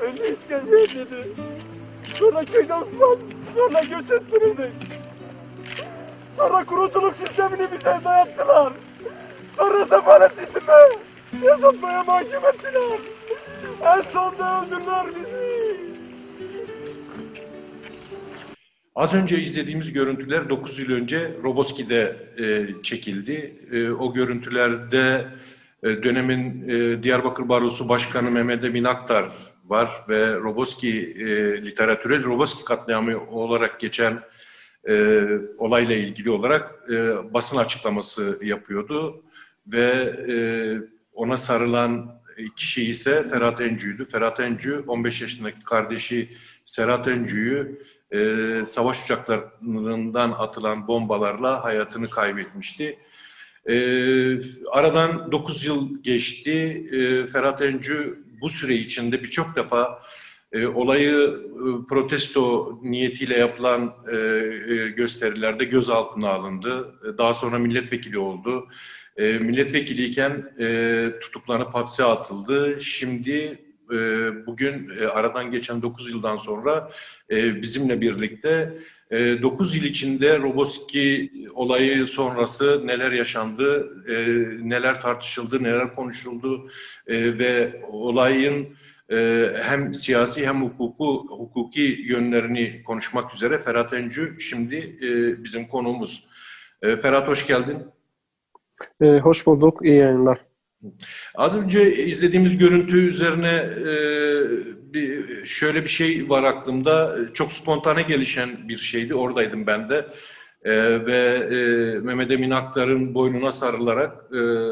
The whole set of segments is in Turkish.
Önce işkence edildi. Sonra köyde Osman zorla göç ettirildik. Sonra kuruculuk sistemini bize dayattılar. Sonra sefalet içinde yaşatmaya mahkum ettiler. En sonunda öldürdüler bizi. Az önce izlediğimiz görüntüler 9 yıl önce Roboski'de çekildi. O görüntülerde dönemin Diyarbakır Barosu Başkanı Mehmet Emin Aktar var ve Roboski literatüre Roboski katliamı olarak geçen olayla ilgili olarak basın açıklaması yapıyordu ve ona sarılan kişi ise Ferhat Öncü'ydü. Ferhat Öncü 15 yaşındaki kardeşi Serhat Öncü'yü savaş uçaklarından atılan bombalarla hayatını kaybetmişti. Aradan 9 yıl geçti. Ferhat Öncü bu süre içinde birçok defa olayı protesto niyetiyle yapılan gösterilerde gözaltına alındı. Daha sonra milletvekili oldu. Milletvekiliyken tutuklanıp hapse atıldı. Şimdi bugün aradan geçen 9 yıldan sonra bizimle birlikte 9 yıl içinde Roboski olayı sonrası neler yaşandı, neler tartışıldı, neler konuşuldu ve olayın hem siyasi hem hukuki yönlerini konuşmak üzere Ferhat Öncü şimdi bizim konuğumuz. Ferhat hoş geldin. Hoş bulduk, iyi yayınlar. Az önce izlediğimiz görüntü üzerine şöyle bir şey var aklımda. Çok spontane gelişen bir şeydi. Oradaydım ben de. Ve Mehmet Emin Aktar'ın boynuna sarılarak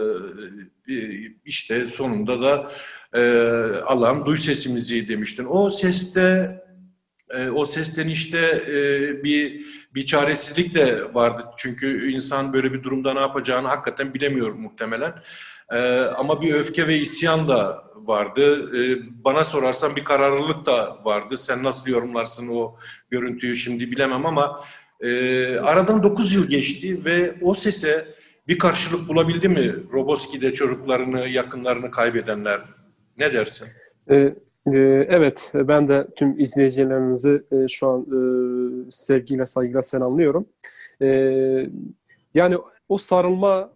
işte sonunda da Allah'ım duy sesimizi demiştin. O sesten işte bir çaresizlik de vardı. Çünkü insan böyle bir durumda ne yapacağını hakikaten bilemiyor muhtemelen. Ama bir öfke ve isyan da vardı. Bana sorarsan bir kararlılık da vardı. Sen nasıl yorumlarsın o görüntüyü şimdi bilemem ama aradan 9 yıl geçti ve o sese bir karşılık bulabildi mi Roboski'de çocuklarını, yakınlarını kaybedenler? Ne dersin? Evet, ben de tüm izleyicilerimizi şu an sevgiyle, saygıyla selamlıyorum. Yani o sarılma,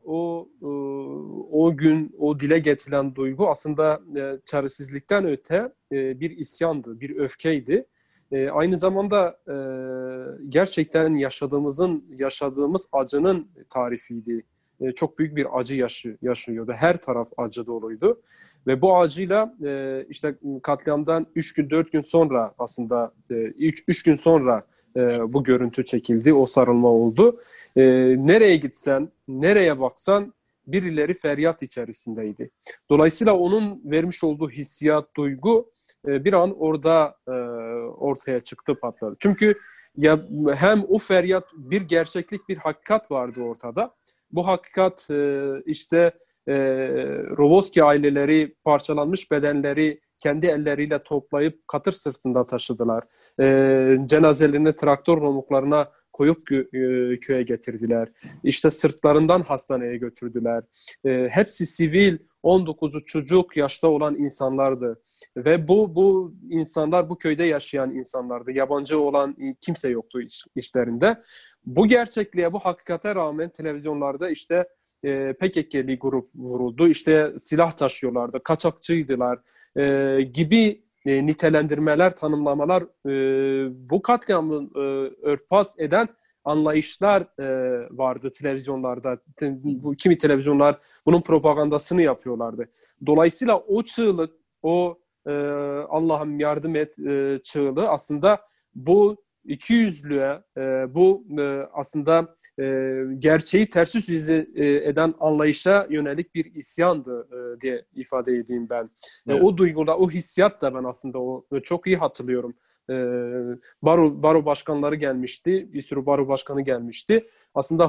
o gün, o dile getirilen duygu aslında çaresizlikten öte bir isyandı, bir öfkeydi. Aynı zamanda gerçekten yaşadığımız acının tarifiydi. Çok büyük bir acı yaşıyordu. Her taraf acı doluydu. Ve bu acıyla işte katliamdan 3 gün 4 gün sonra aslında 3 gün sonra bu görüntü çekildi. O sarılma oldu. Nereye gitsen, nereye baksan birileri feryat içerisindeydi. Dolayısıyla onun vermiş olduğu hissiyat, duygu bir an orada ortaya çıktı, patladı. Çünkü ya hem o feryat bir gerçeklik, bir hakikat vardı ortada. Bu hakikat işte Roboski aileleri parçalanmış bedenleri kendi elleriyle toplayıp katır sırtında taşıdılar. Cenazelerini traktör romuklarına koyup köye getirdiler. İşte sırtlarından hastaneye götürdüler. Hepsi sivil, 19'u çocuk yaşta olan insanlardı. Ve bu insanlar bu köyde yaşayan insanlardı. Yabancı olan kimse yoktu işlerinde. Bu gerçekliğe, bu hakikate rağmen televizyonlarda işte PKK'li grup vuruldu, işte silah taşıyorlardı, kaçakçıydılar gibi nitelendirmeler, tanımlamalar bu katliamı örtbas eden anlayışlar vardı televizyonlarda. Kimi televizyonlar bunun propagandasını yapıyorlardı. Dolayısıyla o çığlık, o Allah'ım yardım et çığlığı aslında bu ikiyüzlülüğe, bu aslında gerçeği ters yüz eden anlayışa yönelik bir isyandı diye ifade edeyim ben. Evet. O duyguda, o hissiyat da ben aslında çok iyi hatırlıyorum. Baro başkanları gelmişti, bir sürü baro başkanı gelmişti. Aslında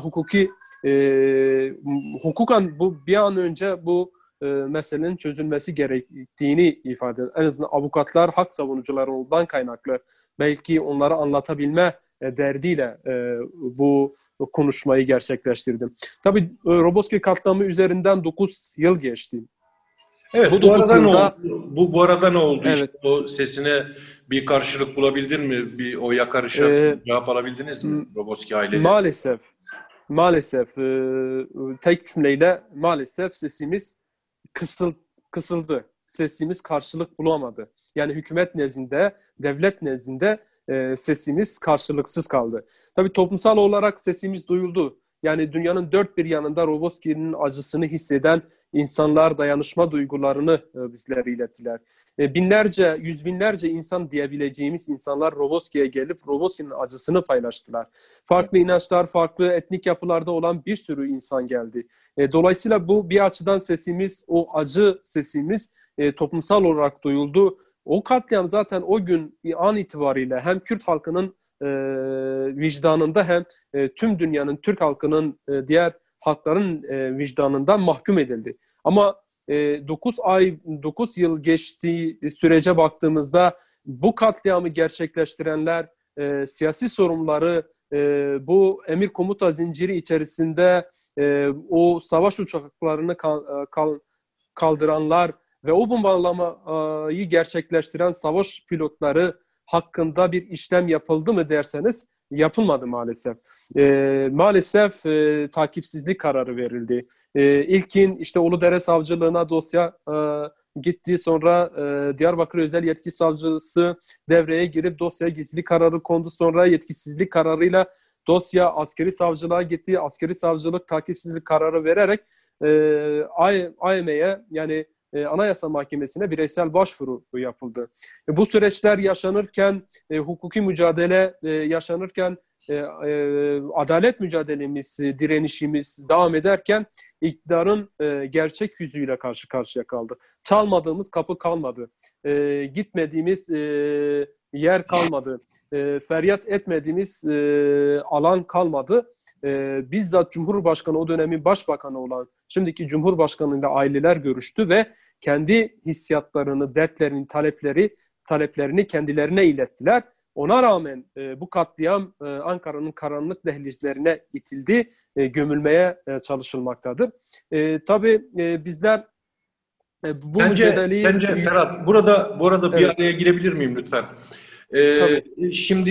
hukuken bu bir an önce bu meselenin çözülmesi gerektiğini ifade eder. En azından avukatlar, hak savunucularından kaynaklı belki onlara anlatabilme derdiyle bu konuşmayı gerçekleştirdim. Tabii Roboski katliamı üzerinden 9 yıl geçti. Evet, Bu bu 9 arada ne yılda oldu? Bu arada ne oldu? evet, İşte o sesine bir karşılık bulabildin mi? Bir o yakarışa e, cevap alabildiniz mi? m- Roboski aileleri. maalesef maalesef tek cümleyle maalesef sesimiz kısıl, kısıldı. Sesimiz karşılık bulamadı. Yani hükümet nezdinde, devlet nezdinde sesimiz karşılıksız kaldı. Tabii toplumsal olarak sesimiz duyuldu. Yani dünyanın dört bir yanında Roboski'nin acısını hisseden insanlar dayanışma duygularını bizlere ilettiler. Binlerce, yüz binlerce insan diyebileceğimiz insanlar Roboski'ye gelip Roboski'nin acısını paylaştılar. Farklı inançlar, farklı etnik yapılarda olan bir sürü insan geldi. Dolayısıyla bu bir açıdan sesimiz, o acı sesimiz toplumsal olarak duyuldu. O katliam zaten o gün an itibariyle hem Kürt halkının vicdanında hem tüm dünyanın, Türk halkının diğer halkların vicdanında mahkum edildi. Ama 9 ay, 9 yıl geçtiği sürece baktığımızda bu katliamı gerçekleştirenler, siyasi sorumluları, bu emir komuta zinciri içerisinde o savaş uçaklarını kaldıranlar ve o bombalamayı gerçekleştiren savaş pilotları hakkında bir işlem yapıldı mı derseniz yapılmadı maalesef. Maalesef takipsizlik kararı verildi. İlkin işte Uludere Savcılığına dosya gitti. Sonra Diyarbakır Özel Yetki Savcısı devreye girip dosyaya gizlilik kararı kondu. Sonra yetkisizlik kararıyla dosya askeri savcılığa gitti. Askeri savcılık takipsizlik kararı vererek AYM'ye yani Anayasa Mahkemesi'ne bireysel başvuru yapıldı. Bu süreçler yaşanırken, hukuki mücadele yaşanırken, adalet mücadelemiz, direnişimiz devam ederken iktidarın gerçek yüzüyle karşı karşıya kaldı. Çalmadığımız kapı kalmadı. Gitmediğimiz yer kalmadı. Feryat etmediğimiz alan kalmadı. Bizzat Cumhurbaşkanı o dönemin başbakanı olan şimdiki Cumhurbaşkanıyla aileler görüştü ve kendi hissiyatlarını, dertlerini, taleplerini kendilerine ilettiler. Ona rağmen bu katliam Ankara'nın karanlık dehlizlerine itildi, gömülmeye çalışılmaktadır. Tabii bizler bu mücadeleyi... Bence Ferhat, burada bir Evet, araya girebilir miyim lütfen? tabii. Şimdi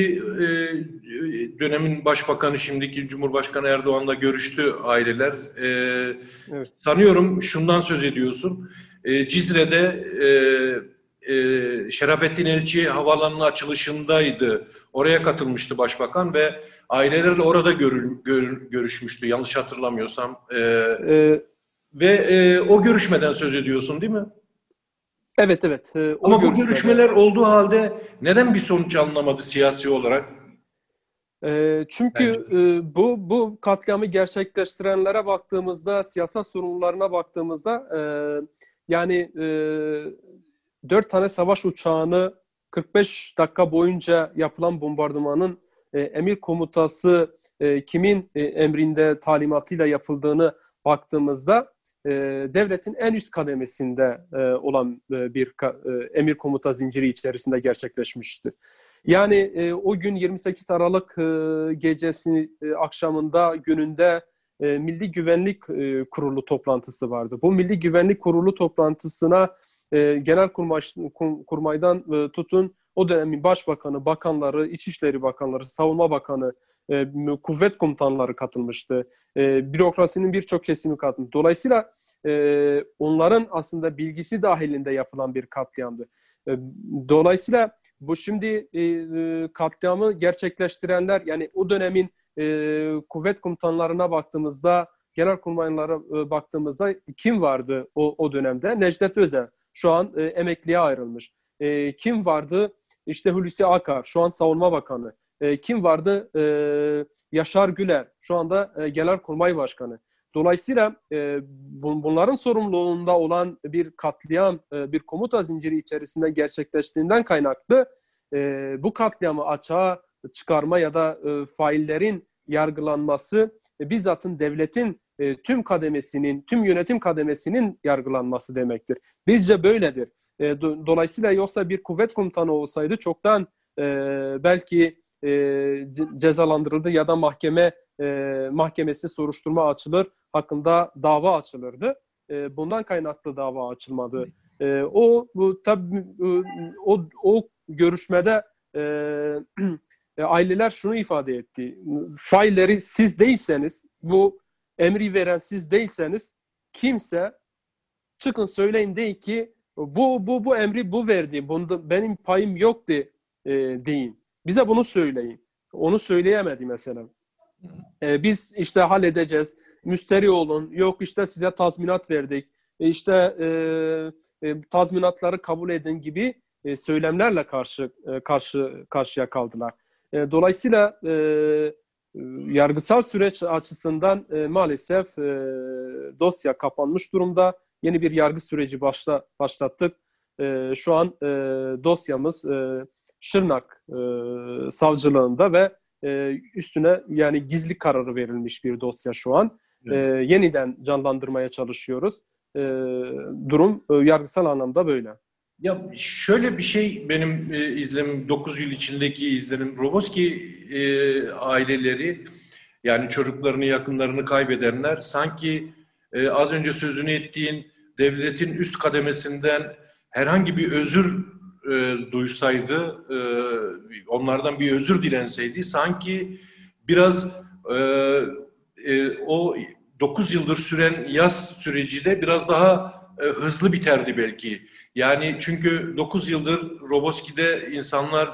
dönemin başbakanı, şimdiki Cumhurbaşkanı Erdoğan'la görüştü aileler. Evet. Sanıyorum şundan söz ediyorsun. Cizre'de Şerafettin Elçi havaalanının açılışındaydı. Oraya katılmıştı başbakan ve ailelerle orada görüşmüştü. Yanlış hatırlamıyorsam. E, Ve o görüşmeden söz ediyorsun, değil mi? evet, evet. O Ama bu görüşmede. görüşmeler olduğu halde neden bir sonuç alınamadı siyasi olarak? Çünkü Bence. bu katliamı gerçekleştirenlere baktığımızda, siyasal sorumlularına baktığımızda yani 4 tane savaş uçağını 45 dakika boyunca yapılan bombardımanın emir komutası kimin emrinde talimatıyla yapıldığını baktığımızda devletin en üst kademesinde olan bir emir komuta zinciri içerisinde gerçekleşmişti. Yani o gün 28 Aralık gecesi akşamında gününde Milli Güvenlik Kurulu toplantısı vardı. Bu Milli Güvenlik Kurulu toplantısına Genelkurmay'dan tutun o dönemin başbakanı, bakanları, İçişleri Bakanları, Savunma Bakanı, kuvvet komutanları katılmıştı. Bürokrasinin birçok kesimi katılmıştı. Dolayısıyla onların aslında bilgisi dahilinde yapılan bir katliamdı. Dolayısıyla bu şimdi katliamı gerçekleştirenler yani o dönemin kuvvet komutanlarına baktığımızda genelkurmaylara baktığımızda kim vardı o dönemde? Necdet Özel şu an emekliye ayrılmış. Kim vardı? İşte Hulusi Akar şu an Savunma Bakanı. Kim vardı? Yaşar Güler şu anda Genelkurmay Başkanı. Dolayısıyla bunların sorumluluğunda olan bir katliam, bir komuta zinciri içerisinde gerçekleştiğinden kaynaklı bu katliamı açığa çıkarma ya da faillerin yargılanması bizzatın devletin tüm kademesinin, tüm yönetim kademesinin yargılanması demektir. Bizce böyledir. Dolayısıyla yoksa bir kuvvet komutanı olsaydı çoktan belki cezalandırıldı ya da mahkemesi soruşturma açılır, hakkında dava açılırdı. Bundan kaynaklı dava açılmadı. Tabii o görüşmede aileler şunu ifade etti. Failleri siz değilseniz, bu emri veren siz değilseniz, kimse çıkın söyleyin deyin ki bu emri bu verdi. Bunda benim payım yoktu deyin. Bize bunu söyleyin. Onu söyleyemedi mesela. Biz işte halledeceğiz. Müsterih olun. Yok işte size tazminat verdik. İşte tazminatları kabul edin gibi söylemlerle karşıya kaldılar. Dolayısıyla yargısal süreç açısından maalesef dosya kapanmış durumda. Yeni bir yargı süreci başlattık. Şu an dosyamız Şırnak savcılığında ve üstüne yani gizli kararı verilmiş bir dosya şu an. Yeniden canlandırmaya çalışıyoruz. Durum yargısal anlamda böyle. Ya şöyle bir şey benim izlemim, 9 yıl içindeki izlenim. Roboski aileleri, yani çocuklarını, yakınlarını kaybedenler sanki az önce sözünü ettiğin devletin üst kademesinden herhangi bir özür duysaydı, onlardan bir özür dilenseydi, sanki biraz o 9 yıldır süren yaz süreci de biraz daha hızlı biterdi belki. Yani çünkü 9 yıldır Roboski'de insanlar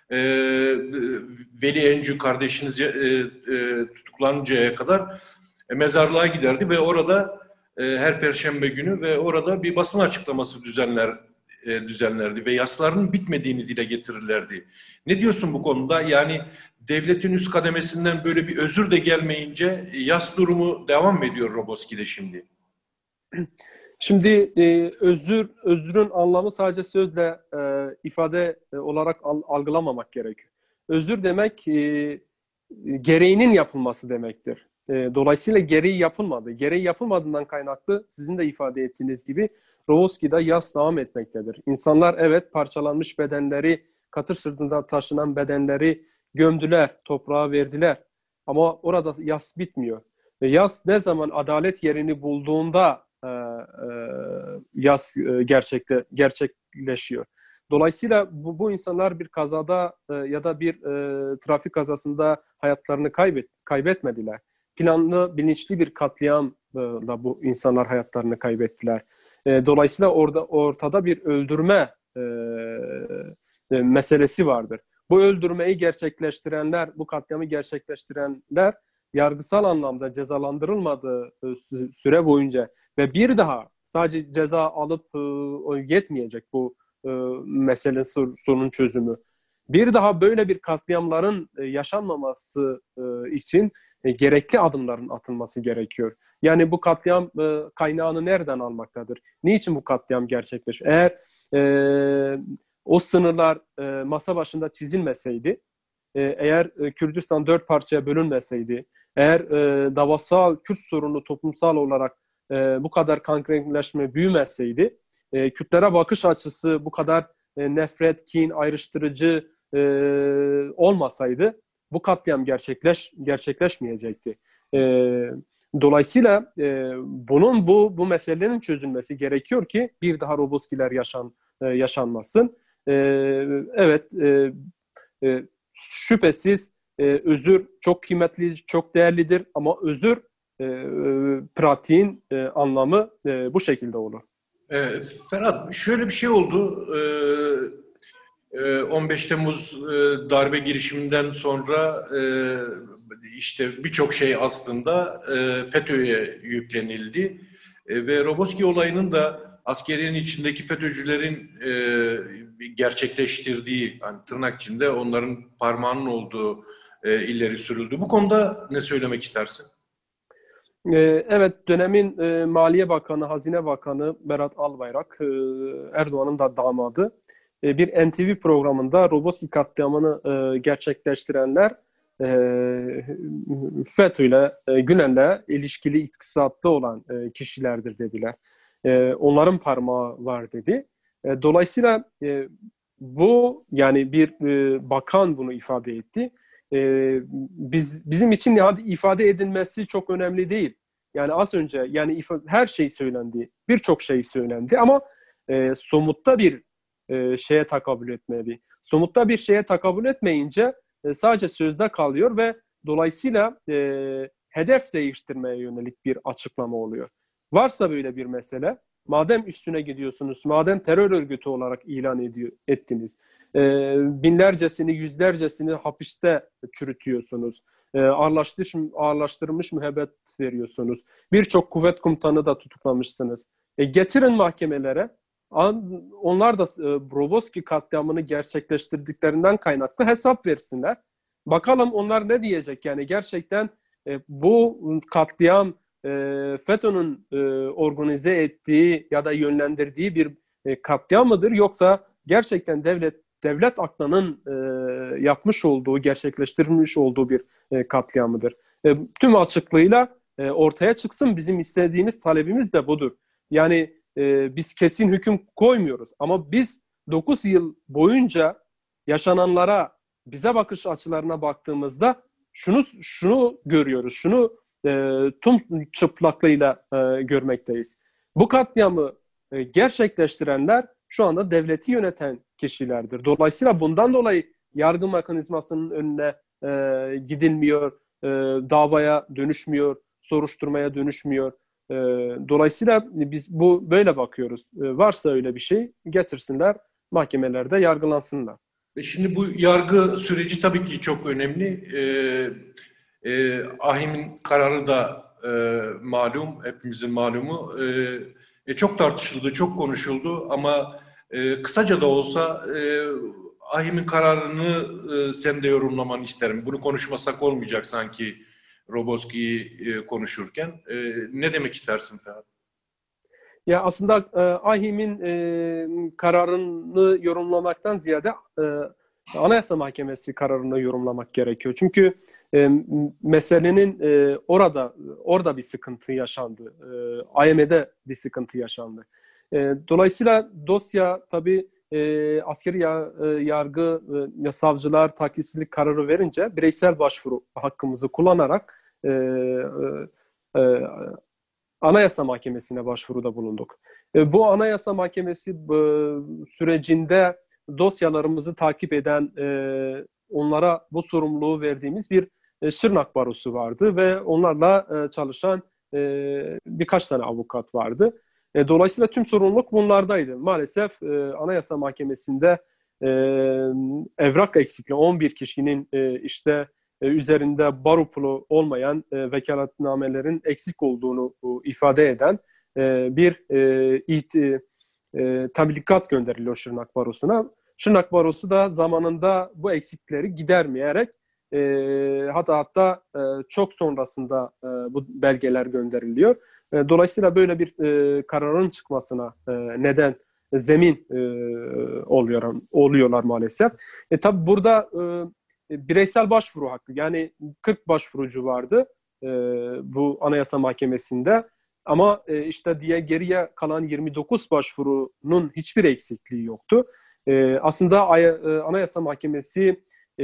Veli Encü kardeşiniz tutuklanıncaya kadar mezarlığa giderdi ve orada her Perşembe günü ve orada bir basın açıklaması düzenlerdi ve yaslarının bitmediğini dile getirirlerdi. Ne diyorsun bu konuda? Yani devletin üst kademesinden böyle bir özür de gelmeyince yas durumu devam mı ediyor Roboski'de şimdi? Şimdi özrün anlamı sadece sözle ifade olarak algılamamak gerekiyor. Özür demek gereğinin yapılması demektir. Dolayısıyla gereği yapılmadı. Gereği yapılmadığından kaynaklı sizin de ifade ettiğiniz gibi Roboski'de yas devam etmektedir. İnsanlar evet parçalanmış bedenleri, katır sırtında taşınan bedenleri gömdüler, toprağa verdiler. Ama orada yas bitmiyor. Ve yas ne zaman adalet yerini bulduğunda yas gerçekleşiyor. Dolayısıyla bu insanlar bir kazada ya da bir trafik kazasında hayatlarını kaybetmediler. Planlı, bilinçli bir katliamla bu insanlar hayatlarını kaybettiler. Dolayısıyla ortada bir öldürme meselesi vardır. Bu öldürmeyi gerçekleştirenler, bu katliamı gerçekleştirenler yargısal anlamda cezalandırılmadığı süre boyunca ve bir daha sadece ceza alıp yetmeyecek bu meselenin sorunun çözümü. Bir daha böyle bir katliamların yaşanmaması için gerekli adımların atılması gerekiyor. Yani bu katliam kaynağını nereden almaktadır? Niçin bu katliam gerçekleşiyor? Eğer o sınırlar masa başında çizilmeseydi, eğer Kürdistan 4 parçaya bölünmeseydi, eğer davasal Kürt sorunu toplumsal olarak bu kadar kankrenleşme büyümeseydi, Kürtlere bakış açısı bu kadar nefret, kin, ayrıştırıcı olmasaydı bu katliam gerçekleşmeyecekti. Dolayısıyla bu meselenin çözülmesi gerekiyor ki bir daha Roboskiler yaşanmasın. Evet, şüphesiz özür çok kıymetli, çok değerlidir ama özür pratiğin anlamı bu şekilde olur. Ferhat, şöyle bir şey oldu. 15 Temmuz darbe girişiminden sonra işte birçok şey aslında FETÖ'ye yüklenildi. Ve Roboski olayının da askeriyenin içindeki FETÖ'cülerin gerçekleştirdiği, yani tırnak içinde onların parmağının olduğu ileri sürüldü. Bu konuda ne söylemek istersin? Evet, dönemin Maliye Bakanı, Hazine Bakanı Berat Albayrak, Erdoğan'ın da damadı, bir NTV programında Roboski katliamını gerçekleştirenler FETÖ'yle, Gülen'le ilişkili iktisatlı olan kişilerdir dediler. Onların parmağı var dedi. Dolayısıyla bu yani bir bakan bunu ifade etti. Bizim için ifade edilmesi çok önemli değil. Yani az önce yani her şey söylendi, birçok şey söylendi ama somutta bir şeye takabül etmeli. Somutta bir şeye takabül etmeyince sadece sözde kalıyor ve dolayısıyla hedef değiştirmeye yönelik bir açıklama oluyor. Varsa böyle bir mesele, madem üstüne gidiyorsunuz, madem terör örgütü olarak ilan ettiniz, binlercesini, yüzlercesini hapiste çürütüyorsunuz, ağırlaştırılmış müebbet veriyorsunuz, birçok kuvvet komutanı da tutuklamışsınız. Getirin mahkemelere, onlar da Roboski katliamını gerçekleştirdiklerinden kaynaklı hesap versinler. Bakalım onlar ne diyecek? Yani gerçekten bu katliam FETÖ'nün organize ettiği ya da yönlendirdiği bir katliam mıdır? Yoksa gerçekten devlet aklının yapmış olduğu, gerçekleştirmiş olduğu bir katliam mıdır? Tüm açıklığıyla ortaya çıksın. Bizim istediğimiz, talebimiz de budur. Yani biz kesin hüküm koymuyoruz. Ama biz 9 yıl boyunca yaşananlara, bize bakış açılarına baktığımızda şunu görüyoruz, şunu tüm çıplaklığıyla görmekteyiz. Bu katliamı gerçekleştirenler şu anda devleti yöneten kişilerdir. Dolayısıyla bundan dolayı yargı mekanizmasının önüne gidilmiyor, davaya dönüşmüyor, soruşturmaya dönüşmüyor. Dolayısıyla biz böyle bakıyoruz. Varsa öyle bir şey getirsinler, mahkemelerde yargılansınlar. Şimdi bu yargı süreci tabii ki çok önemli. AİHM'in kararı da malum, hepimizin malumu. Çok tartışıldı, çok konuşuldu ama kısaca da olsa AİHM'in kararını sen de yorumlamanı isterim. Bunu konuşmasak olmayacak sanki Roboski'yi konuşurken. Ne demek istersin Ferhat? Ya aslında AİHM'in kararını yorumlamaktan ziyade Anayasa Mahkemesi kararını yorumlamak gerekiyor. Çünkü meselenin orada bir sıkıntı yaşandı. AYM'de bir sıkıntı yaşandı. Dolayısıyla dosya tabii askeri yargı, savcılar takipsizlik kararı verince bireysel başvuru hakkımızı kullanarak Anayasa Mahkemesi'ne başvuruda bulunduk. Bu Anayasa Mahkemesi sürecinde dosyalarımızı takip eden, onlara bu sorumluluğu verdiğimiz bir Şırnak Barosu vardı ve onlarla çalışan birkaç tane avukat vardı. Dolayısıyla tüm sorumluluk bunlardaydı. Maalesef Anayasa Mahkemesi'nde evrak eksikliği 11 kişinin üzerinde baro pulu olmayan vekaletnamelerin eksik olduğunu ifade eden bir tebligat gönderiliyor Şırnak Barosu'na. Şırnak Barosu da zamanında bu eksikleri gidermeyerek hatta çok sonrasında bu belgeler gönderiliyor. Dolayısıyla böyle bir kararın çıkmasına neden zemin oluyorlar maalesef. Tabii burada bireysel başvuru hakkı, yani 40 başvurucu vardı bu Anayasa Mahkemesi'nde ama geriye kalan 29 başvurunun hiçbir eksikliği yoktu. Aslında Anayasa Mahkemesi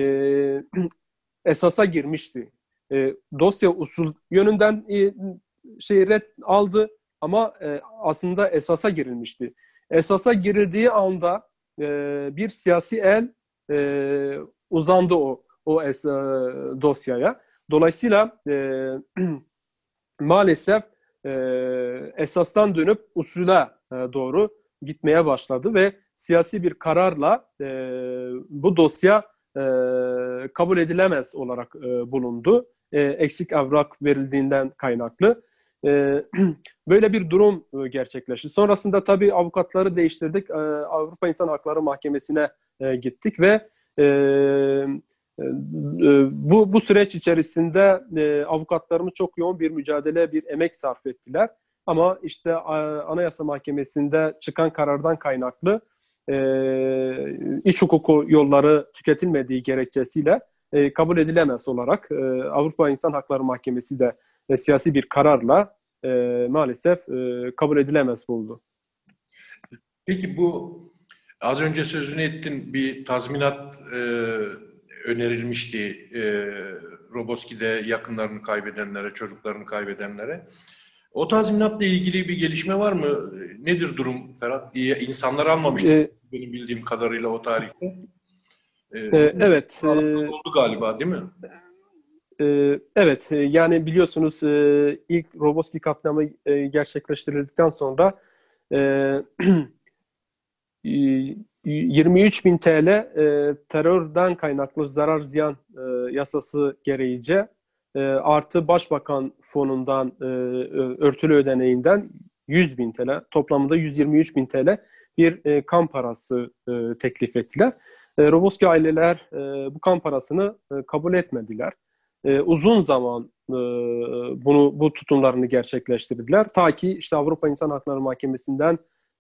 esasa girmişti. Dosya usul yönünden red aldı ama aslında esasa girilmişti. Esasa girildiği anda bir siyasi el uzandı dosyaya. Dolayısıyla maalesef esastan dönüp usule doğru gitmeye başladı ve siyasi bir kararla bu dosya kabul edilemez olarak bulundu. Eksik evrak verildiğinden kaynaklı. Böyle bir durum gerçekleşti. Sonrasında tabii avukatları değiştirdik. Avrupa İnsan Hakları Mahkemesi'ne gittik ve bu süreç içerisinde avukatlarımız çok yoğun bir mücadele, bir emek sarf ettiler. Ama Anayasa Mahkemesi'nde çıkan karardan kaynaklı iç hukuku yolları tüketilmediği gerekçesiyle kabul edilemez olarak Avrupa İnsan Hakları Mahkemesi de siyasi bir kararla maalesef kabul edilemez buldu. Peki bu az önce sözünü ettin, bir tazminat önerilmişti Roboski'de yakınlarını kaybedenlere, çocuklarını kaybedenlere. O tazminatla ilgili bir gelişme var mı? Nedir durum Ferhat? İnsanlar almamıştı E, benim bildiğim kadarıyla o tarihte. evet, Oldu galiba, değil mi? evet. Yani biliyorsunuz ilk Roboski katliamı gerçekleştirildikten sonra e, 23 bin TL terörden kaynaklı zarar ziyan yasası gereğince artı Başbakan fonundan örtülü ödeneğinden 100 bin TL, toplamda 123 bin TL bir kan parası teklif ettiler. Roboski aileler bu kan parasını kabul etmediler. Uzun zaman bu tutumlarını gerçekleştirdiler. Ta ki işte Avrupa İnsan Hakları Mahkemesi'nden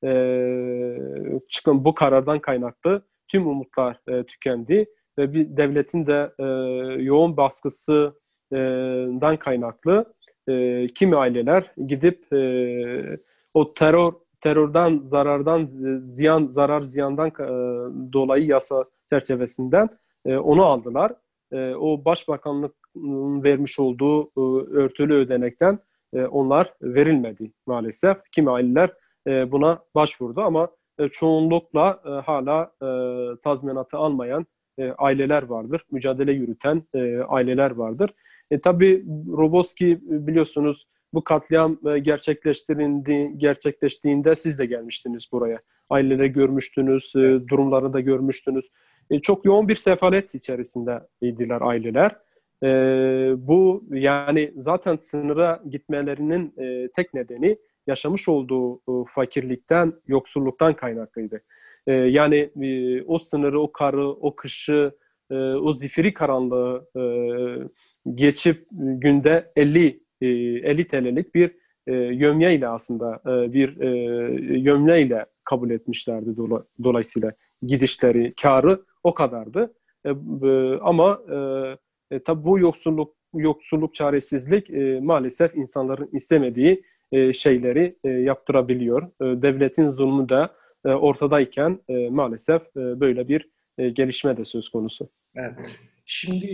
çıkın bu karardan kaynaklı tüm umutlar tükendi ve bir devletin de yoğun baskısından kaynaklı kimi aileler gidip o terörden zarar ziyandan dolayı yasa çerçevesinden onu aldılar. O başbakanlığın vermiş olduğu örtülü ödenekten onlar verilmedi maalesef. Kimi aileler buna başvurdu ama çoğunlukla hala tazminatı almayan aileler vardır. Mücadele yürüten aileler vardır. Tabii Roboski biliyorsunuz bu katliam gerçekleştiğinde siz de gelmiştiniz buraya. Aileleri görmüştünüz, durumları da görmüştünüz. Çok yoğun bir sefalet içerisindeydiler aileler. Bu yani zaten sınıra gitmelerinin tek nedeni yaşamış olduğu fakirlikten, yoksulluktan kaynaklıydı. Yani o sınırı, o karı, o kışı, o zifiri karanlığı geçip günde 50 TL'lik bir yömye ile aslında bir yömye ile kabul etmişlerdi dolayısıyla gidişleri, karı o kadardı. Ama tabii bu yoksulluk, çaresizlik maalesef insanların istemediği şeyleri yaptırabiliyor. Devletin zulmü de ortadayken maalesef böyle bir gelişme de söz konusu. Evet. Şimdi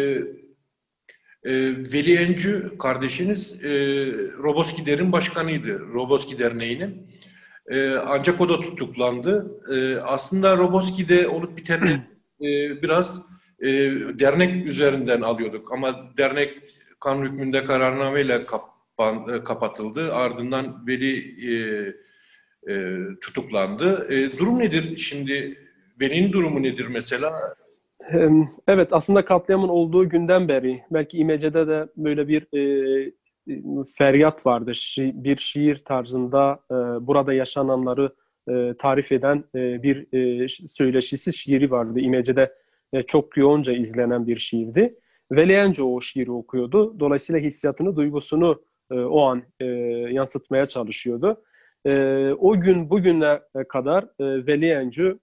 Veli Encü kardeşiniz Roboski Der'in başkanıydı. Roboski Derneği'nin. Ancak o da tutuklandı. Aslında Roboski'de olup bitenleri biraz dernek üzerinden alıyorduk. Ama dernek kanun hükmünde kararnameyle kapatıldı. Ardından Veli tutuklandı. Durum nedir şimdi? Veli'nin durumu nedir mesela? Evet, aslında katliamın olduğu günden beri belki İmece'de de böyle bir feryat vardı. Bir şiir tarzında burada yaşananları tarif eden bir söyleşisi şiiri vardı. İmece'de çok yoğunca izlenen bir şiirdi. Veliyence o şiiri okuyordu. Dolayısıyla hissiyatını, duygusunu o an yansıtmaya çalışıyordu. O gün bugüne kadar Veliyencü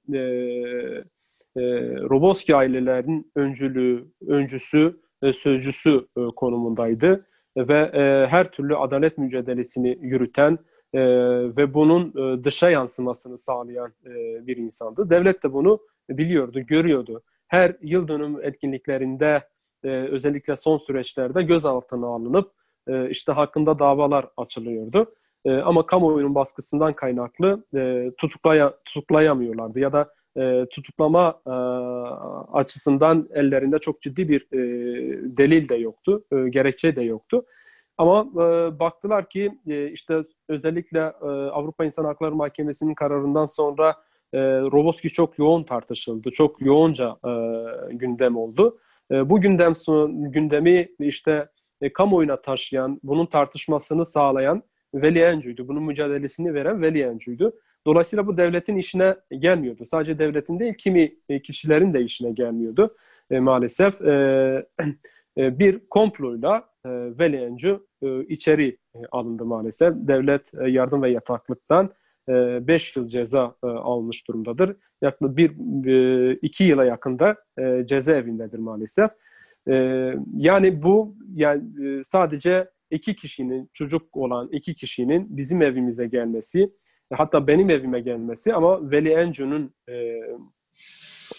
Roboski ailelerinin öncüsü, sözcüsü konumundaydı ve her türlü adalet mücadelesini yürüten ve bunun dışa yansımasını sağlayan bir insandı. Devlet de bunu biliyordu, görüyordu. Her yıl dönüm etkinliklerinde özellikle son süreçlerde gözaltına alınıp işte hakkında davalar açılıyordu. Ama kamuoyunun baskısından kaynaklı tutuklayamıyorlardı ya da tutuklama açısından ellerinde çok ciddi bir delil de yoktu, gerekçe de yoktu. Ama baktılar ki işte özellikle Avrupa İnsan Hakları Mahkemesi'nin kararından sonra Roboski çok yoğun tartışıldı, çok yoğunca gündem oldu. Bu gündemi işte kamuoyuna taşıyan, bunun tartışmasını sağlayan Veli Encü'ydü, bunun mücadelesini veren Veli Encü'ydü. Dolayısıyla bu devletin işine gelmiyordu. Sadece devletin değil, kimi kişilerin de işine gelmiyordu maalesef. Bir komployla Veli Encü içeri alındı maalesef. Devlet yardım ve yataklıktan 5 yıl ceza almış durumdadır. Yaklaşık 2 yıla yakında cezaevindedir maalesef. Yani bu yani sadece çocuk olan iki kişinin bizim evimize gelmesi, hatta benim evime gelmesi ama Veli Encü'nün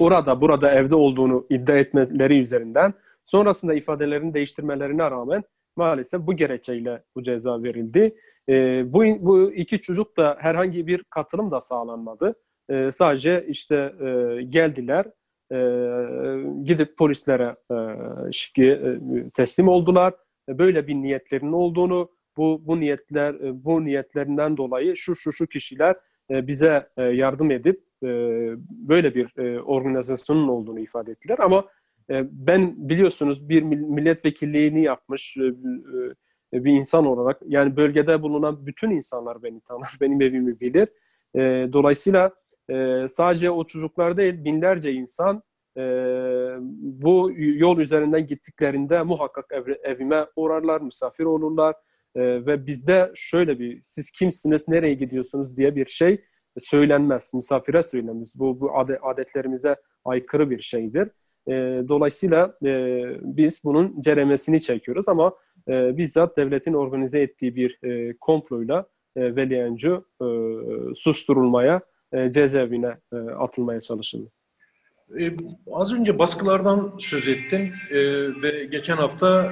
burada evde olduğunu iddia etmeleri üzerinden sonrasında ifadelerini değiştirmelerine rağmen maalesef bu gerekçeyle bu ceza verildi. Bu iki çocuk da herhangi bir katılım da sağlanmadı. Sadece işte geldiler, e, gidip polislere teslim oldular. Böyle bir niyetlerinin olduğunu, bu niyetlerinden dolayı şu kişiler bize yardım edip böyle bir organizasyonun olduğunu ifade ettiler. Ama ben biliyorsunuz bir milletvekilliğini yapmış bir insan olarak, yani bölgede bulunan bütün insanlar beni tanır, benim evimi bilir. Dolayısıyla sadece o çocuklar değil, binlerce insan bu yol üzerinden gittiklerinde muhakkak evime uğrarlar, misafir olurlar. Ve bizde şöyle bir, siz kimsiniz, nereye gidiyorsunuz diye bir şey söylenmez, misafire söylenmez. Bu adetlerimize aykırı bir şeydir. Dolayısıyla biz bunun ceremesini çekiyoruz ama bizzat devletin organize ettiği bir komployla Veli Encu susturulmaya, cezaevine atılmaya çalışıldı. Az önce baskılardan söz ettin ve geçen hafta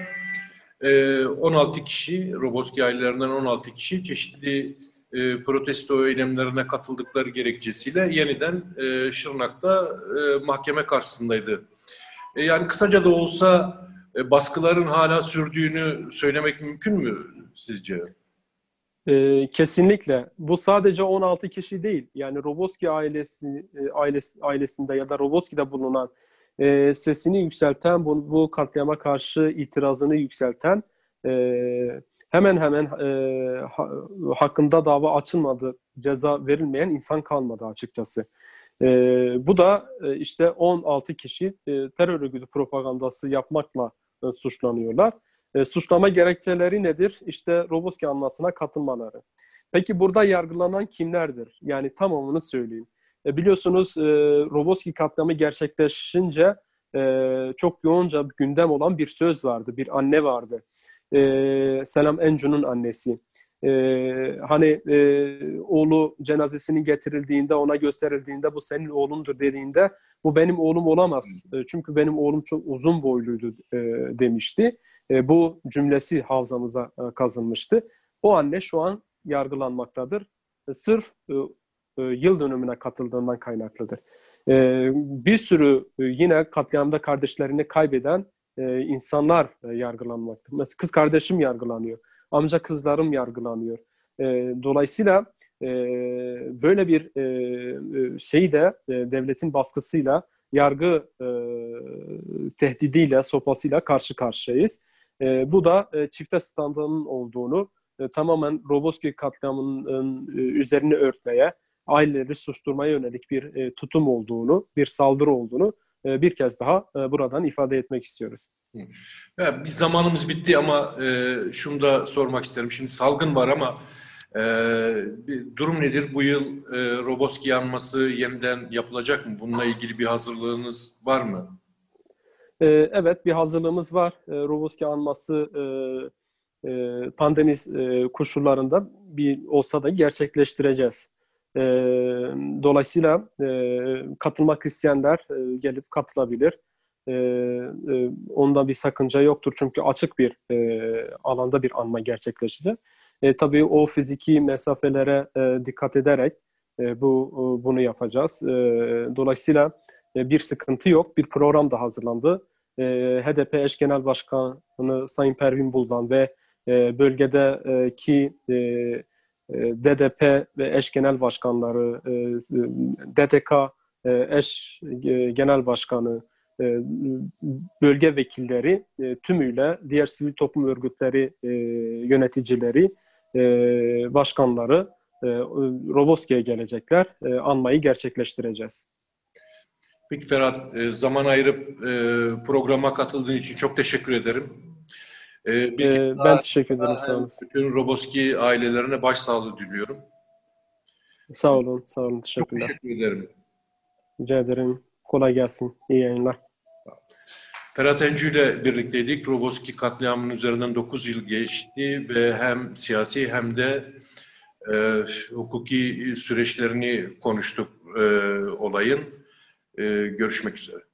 16 kişi, Roboski ailelerinden 16 kişi çeşitli protesto eylemlerine katıldıkları gerekçesiyle yeniden Şırnak'ta mahkeme karşısındaydı. Yani kısaca da olsa baskıların hala sürdüğünü söylemek mümkün mü sizce? Kesinlikle. Bu sadece 16 kişi değil. Yani Roboski ailesinde ya da Roboski'de bulunan sesini yükselten, bu katliama karşı itirazını yükselten, hemen hemen hakkında dava açılmadı, ceza verilmeyen insan kalmadı açıkçası. Bu da işte 16 kişi terör örgütü propagandası yapmakla suçlanıyorlar. Suçlama gerekçeleri nedir? İşte Roboski anmasına katılmaları. Peki burada yargılanan kimlerdir? Yani tamamını söyleyeyim. Biliyorsunuz Roboski katliamı gerçekleşince çok yoğunca gündem olan bir söz vardı. Bir anne vardı. Selam Encu'nun annesi. Hani oğlu cenazesinin getirildiğinde, ona gösterildiğinde bu senin oğlundur dediğinde bu benim oğlum olamaz. Çünkü benim oğlum çok uzun boyluydu demişti. Bu cümlesi hafızamıza kazınmıştı. O anne şu an yargılanmaktadır. Sırf yıl dönümüne katıldığından kaynaklıdır. Bir sürü yine katliamda kardeşlerini kaybeden insanlar yargılanmaktadır. Mesela kız kardeşim yargılanıyor. Amca kızlarım yargılanıyor. Dolayısıyla böyle bir şeyi de devletin baskısıyla, yargı tehdidiyle, sopasıyla karşı karşıyayız. Bu da çifte standının olduğunu, tamamen Roboski katliamının üzerine örtmeye, aileleri susturmaya yönelik bir tutum olduğunu, bir saldırı olduğunu bir kez daha buradan ifade etmek istiyoruz. Ya, bir zamanımız bitti ama şunu da sormak isterim. Şimdi salgın var ama durum nedir? Bu yıl Roboski yanması yeniden yapılacak mı? Bununla ilgili bir hazırlığınız var mı? Evet, bir hazırlığımız var. Roboski anması pandemi koşullarında bir olsa da gerçekleştireceğiz. Dolayısıyla katılmak isteyenler gelip katılabilir. Onda bir sakınca yoktur çünkü açık bir alanda bir anma gerçekleşecek. Tabii o fiziki mesafelere dikkat ederek bunu yapacağız. Dolayısıyla bir sıkıntı yok. Bir program da hazırlandı. HDP eş genel başkanı Sayın Pervin Buldan ve bölgedeki DDP ve eş genel başkanları, DTK eş genel başkanı, bölge vekilleri tümüyle diğer sivil toplum örgütleri yöneticileri, başkanları Roboski'ye gelecekler. Anmayı gerçekleştireceğiz. Peki Ferhat, zaman ayırıp programa katıldığın için çok teşekkür ederim. Ben teşekkür ederim. Sağ olun. Bütün Roboski ailelerine başsağlığı diliyorum. Sağ olun. Sağ olun. Çok Teşekkürler. teşekkür ederim. Rica ederim. Kolay gelsin. İyi yayınlar. Ferhat Encü ile birlikteydik. Roboski katliamının üzerinden 9 yıl geçti ve hem siyasi hem de hukuki süreçlerini konuştuk olayın. Görüşmek üzere.